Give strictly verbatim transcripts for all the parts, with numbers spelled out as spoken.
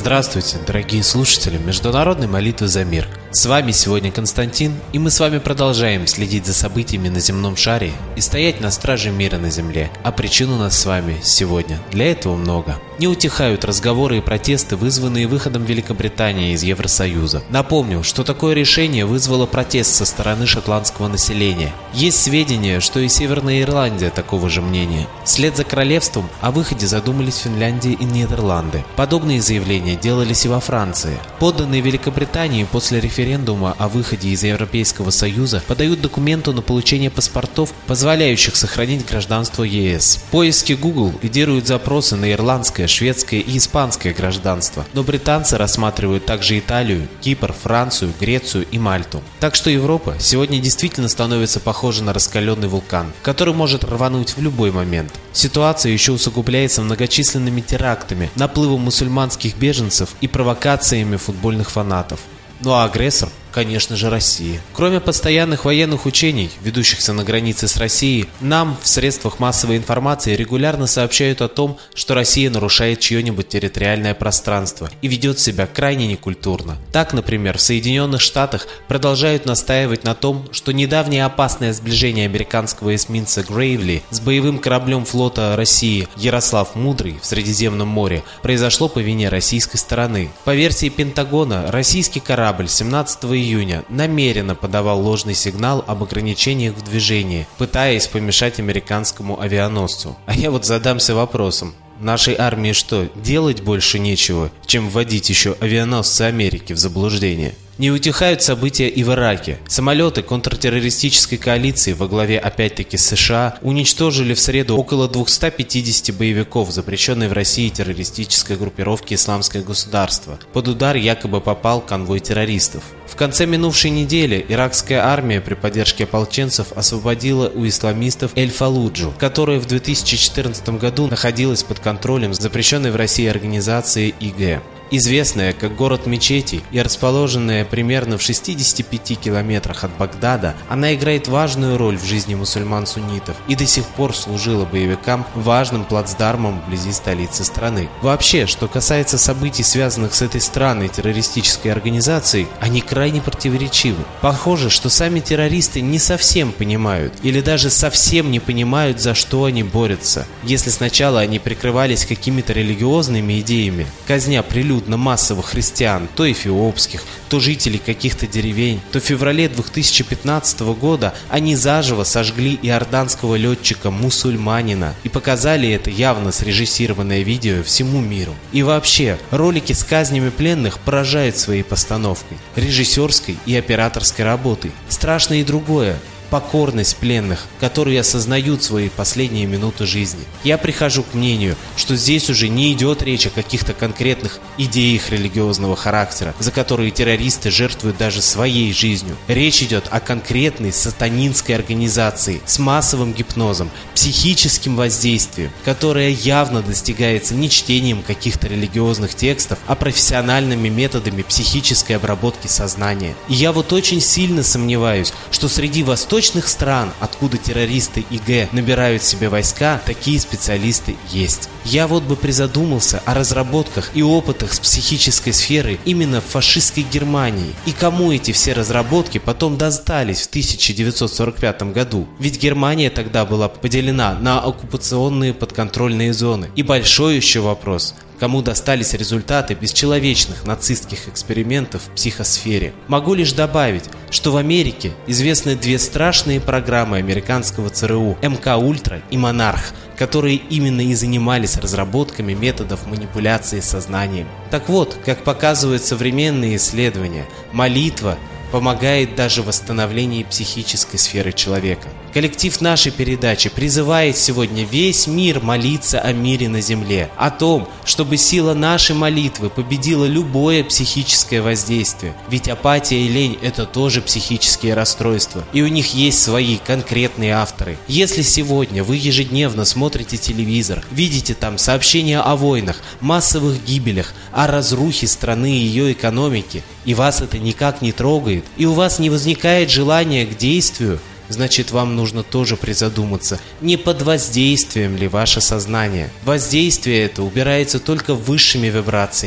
Здравствуйте, дорогие слушатели Международной молитвы за мир. С вами сегодня Константин, и мы с вами продолжаем следить за событиями на земном шаре и стоять на страже мира на земле. А причин у нас с вами сегодня для этого много. Не утихают разговоры и протесты, вызванные выходом Великобритании из Евросоюза. Напомню, что такое решение вызвало протест со стороны шотландского населения. Есть сведения, что и Северная Ирландия такого же мнения. Вслед за королевством о выходе задумались Финляндия и Нидерланды. Подобные заявления делались и во Франции. Подданные Великобритании после референдума о выходе из Европейского Союза подают документы на получение паспортов, позволяющих сохранить гражданство ЕС. В поиске Google лидируют запросы на ирландское, шведское и испанское гражданство, но британцы рассматривают также Италию, Кипр, Францию, Грецию и Мальту. Так что Европа сегодня действительно становится похожа на раскаленный вулкан, который может рвануть в любой момент. Ситуация еще усугубляется многочисленными терактами, наплывом мусульманских беженцев и провокациями футбольных фанатов. Ну а агрессор, конечно же, Россия. Кроме постоянных военных учений, ведущихся на границе с Россией, нам в средствах массовой информации регулярно сообщают о том, что Россия нарушает чье-нибудь территориальное пространство и ведет себя крайне некультурно. Так, например, в Соединенных Штатах продолжают настаивать на том, что недавнее опасное сближение американского эсминца Грейвли с боевым кораблем флота России Ярослав Мудрый в Средиземном море произошло по вине российской стороны. По версии Пентагона, российский корабль семнадцатого июня намеренно подавал ложный сигнал об ограничениях в движении, пытаясь помешать американскому авианосцу. А я вот задамся вопросом. Нашей армии что, делать больше нечего, чем вводить еще авианосцы Америки в заблуждение? Не утихают события и в Ираке. Самолеты контртеррористической коалиции во главе опять-таки США уничтожили в среду около двухсот пятидесяти боевиков, запрещенной в России террористической группировки «Исламское государство». Под удар якобы попал конвой террористов. В конце минувшей недели иракская армия при поддержке ополченцев освободила у исламистов Эль-Фаллуджу, которая в две тысячи четырнадцатом году находилась под контролем запрещенной в России организации ИГ. Известная как город мечетей и расположенная примерно в шестидесяти пяти километрах от Багдада, она играет важную роль в жизни мусульман-суннитов и до сих пор служила боевикам важным плацдармом вблизи столицы страны. Вообще, что касается событий, связанных с этой странной террористической организацией, они крайне противоречивы. Похоже, что сами террористы не совсем понимают или даже совсем не понимают, за что они борются. Если сначала они прикрывались какими-то религиозными идеями, казня прилюдно массовых христиан, то эфиопских, то жителей каких-то деревень, то в феврале две тысячи пятнадцатого года они заживо сожгли иорданского летчика-мусульманина и показали это явно срежиссированное видео всему миру. И вообще, ролики с казнями пленных поражают своей постановкой, режиссерской и операторской работой. Страшно и другое. Покорность пленных, которые осознают свои последние минуты жизни. Я прихожу к мнению, что здесь уже не идет речь о каких-то конкретных идеях религиозного характера, за которые террористы жертвуют даже своей жизнью. Речь идет о конкретной сатанинской организации с массовым гипнозом, психическим воздействием, которое явно достигается не чтением каких-то религиозных текстов, а профессиональными методами психической обработки сознания. И я вот очень сильно сомневаюсь, что среди восточных Восточных стран, откуда террористы ИГ набирают себе войска, такие специалисты есть. Я вот бы призадумался о разработках и опытах с психической сферы именно в фашистской Германии. И кому эти все разработки потом достались в тысяча девятьсот сорок пятом году? Ведь Германия тогда была поделена на оккупационные подконтрольные зоны. И большой еще вопрос – кому достались результаты бесчеловечных нацистских экспериментов в психосфере. Могу лишь добавить, что в Америке известны две страшные программы американского ЦРУ эм ка Ультра и Монарх, которые именно и занимались разработками методов манипуляции сознанием. Так вот, как показывают современные исследования, молитва помогает даже в восстановлении психической сферы человека. Коллектив нашей передачи призывает сегодня весь мир молиться о мире на земле, о том, чтобы сила нашей молитвы победила любое психическое воздействие. Ведь апатия и лень – это тоже психические расстройства, и у них есть свои конкретные авторы. Если сегодня вы ежедневно смотрите телевизор, видите там сообщения о войнах, массовых гибелях, о разрухе страны и ее экономики, и вас это никак не трогает, и у вас не возникает желания к действию, значит, вам нужно тоже призадуматься, не под воздействием ли ваше сознание. Воздействие это убирается только высшими вибрациями.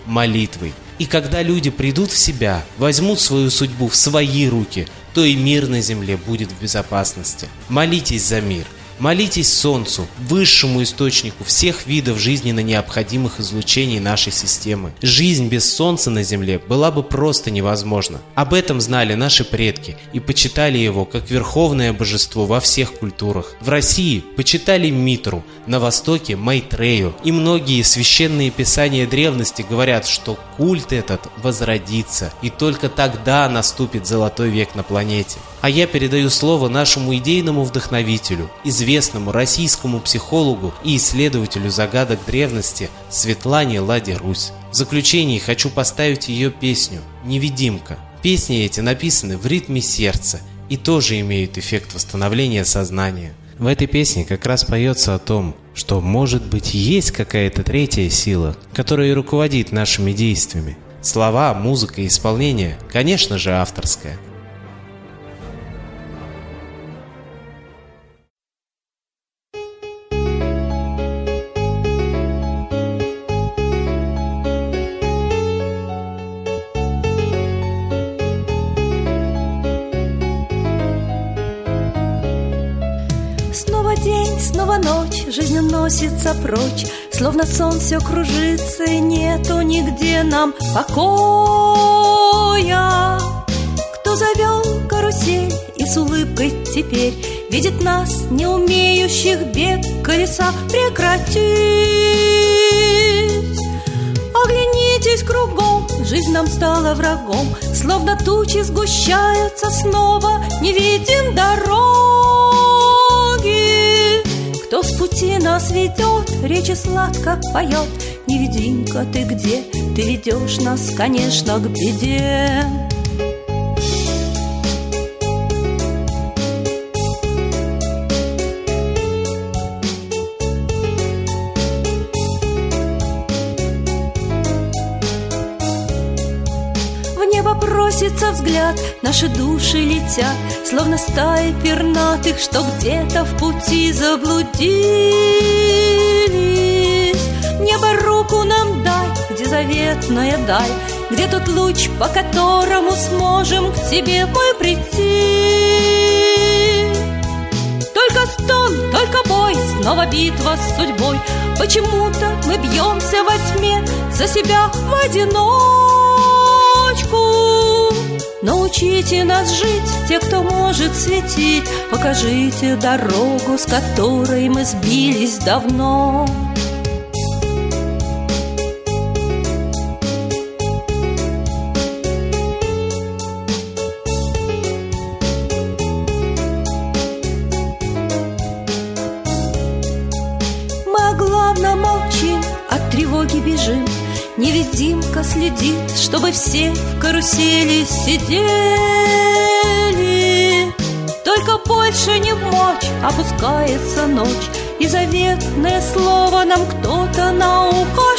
молитвой. И когда люди придут в себя, возьмут свою судьбу в свои руки, то и мир на земле будет в безопасности. Молитесь за мир. Молитесь Солнцу, высшему источнику всех видов жизненно необходимых излучений нашей системы. Жизнь без Солнца на Земле была бы просто невозможна. Об этом знали наши предки и почитали его как верховное божество во всех культурах. В России почитали Митру, на Востоке Майтрею, и многие священные писания древности говорят, что культ этот возродится, и только тогда наступит золотой век на планете. А я передаю слово нашему идейному вдохновителю, известному российскому психологу и исследователю загадок древности Светлане Ладе Русь. В заключении хочу поставить ее песню «Невидимка». Песни эти написаны в ритме сердца и тоже имеют эффект восстановления сознания. В этой песне как раз поется о том, что, может быть, есть какая-то третья сила, которая руководит нашими действиями. Слова, музыка и исполнение, конечно же, авторское. Снова день, снова ночь, жизнь уносится прочь, словно сон все кружится, и нету нигде нам покоя. Кто завел карусель и с улыбкой теперь видит нас, не умеющих бег колеса прекратить? Оглянитесь кругом, жизнь нам стала врагом, словно тучи сгущаются снова, не видим дорог. Кто с пути нас ведет, речи сладко поет. Невидимка, ты где? Ты ведешь нас, конечно, к беде. Просится взгляд, наши души летят, словно стаи пернатых, что где-то в пути заблудились. Небо руку нам дай, где заветная даль, где тот луч, по которому сможем к тебе мы прийти. Только стон, только бой, снова битва с судьбой. Почему-то мы бьемся во тьме за себя в одиночку. Научите нас жить, те, кто может светить. Покажите дорогу, с которой мы сбились давно. Мы о главном молчим, от тревоги бежим. Невидимка следит, чтобы все в карусели сидели. Только больше не в мочь, опускается ночь, и заветное слово нам кто-то на ухо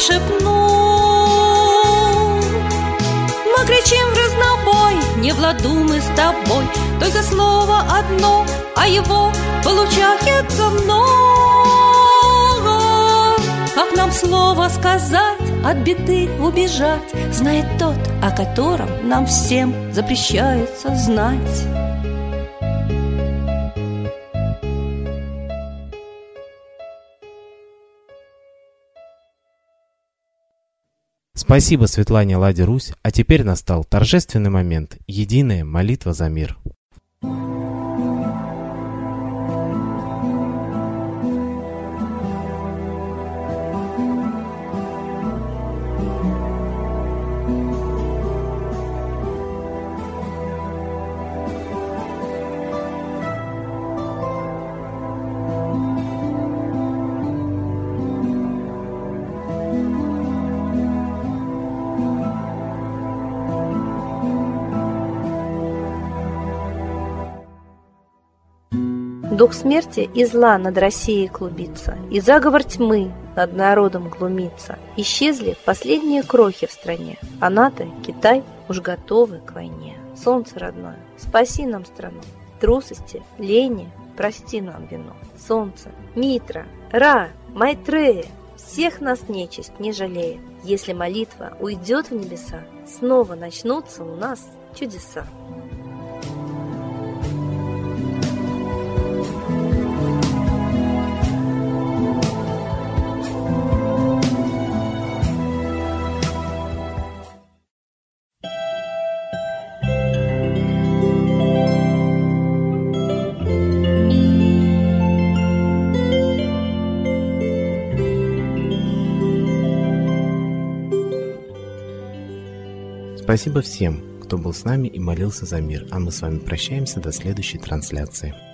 шепнул. Мы кричим в разнобой, не в ладу мы с тобой, только слово одно, а его получается много. Как нам слово сказать, от беды убежать, знает тот, о котором нам всем запрещается знать. Спасибо Светлане Ладе Русь, а теперь настал торжественный момент – единая молитва за мир. Дух смерти и зла над Россией клубится, и заговор тьмы над народом глумится. Исчезли последние крохи в стране, а НАТО, Китай уж готовы к войне. Солнце родное, спаси нам страну, трусости, лени, прости нам вину. Солнце, Митра, Ра, Майтрея, всех нас нечисть не жалея. Если молитва уйдет в небеса, снова начнутся у нас чудеса. Спасибо всем, кто был с нами и молился за мир, а мы с вами прощаемся до следующей трансляции.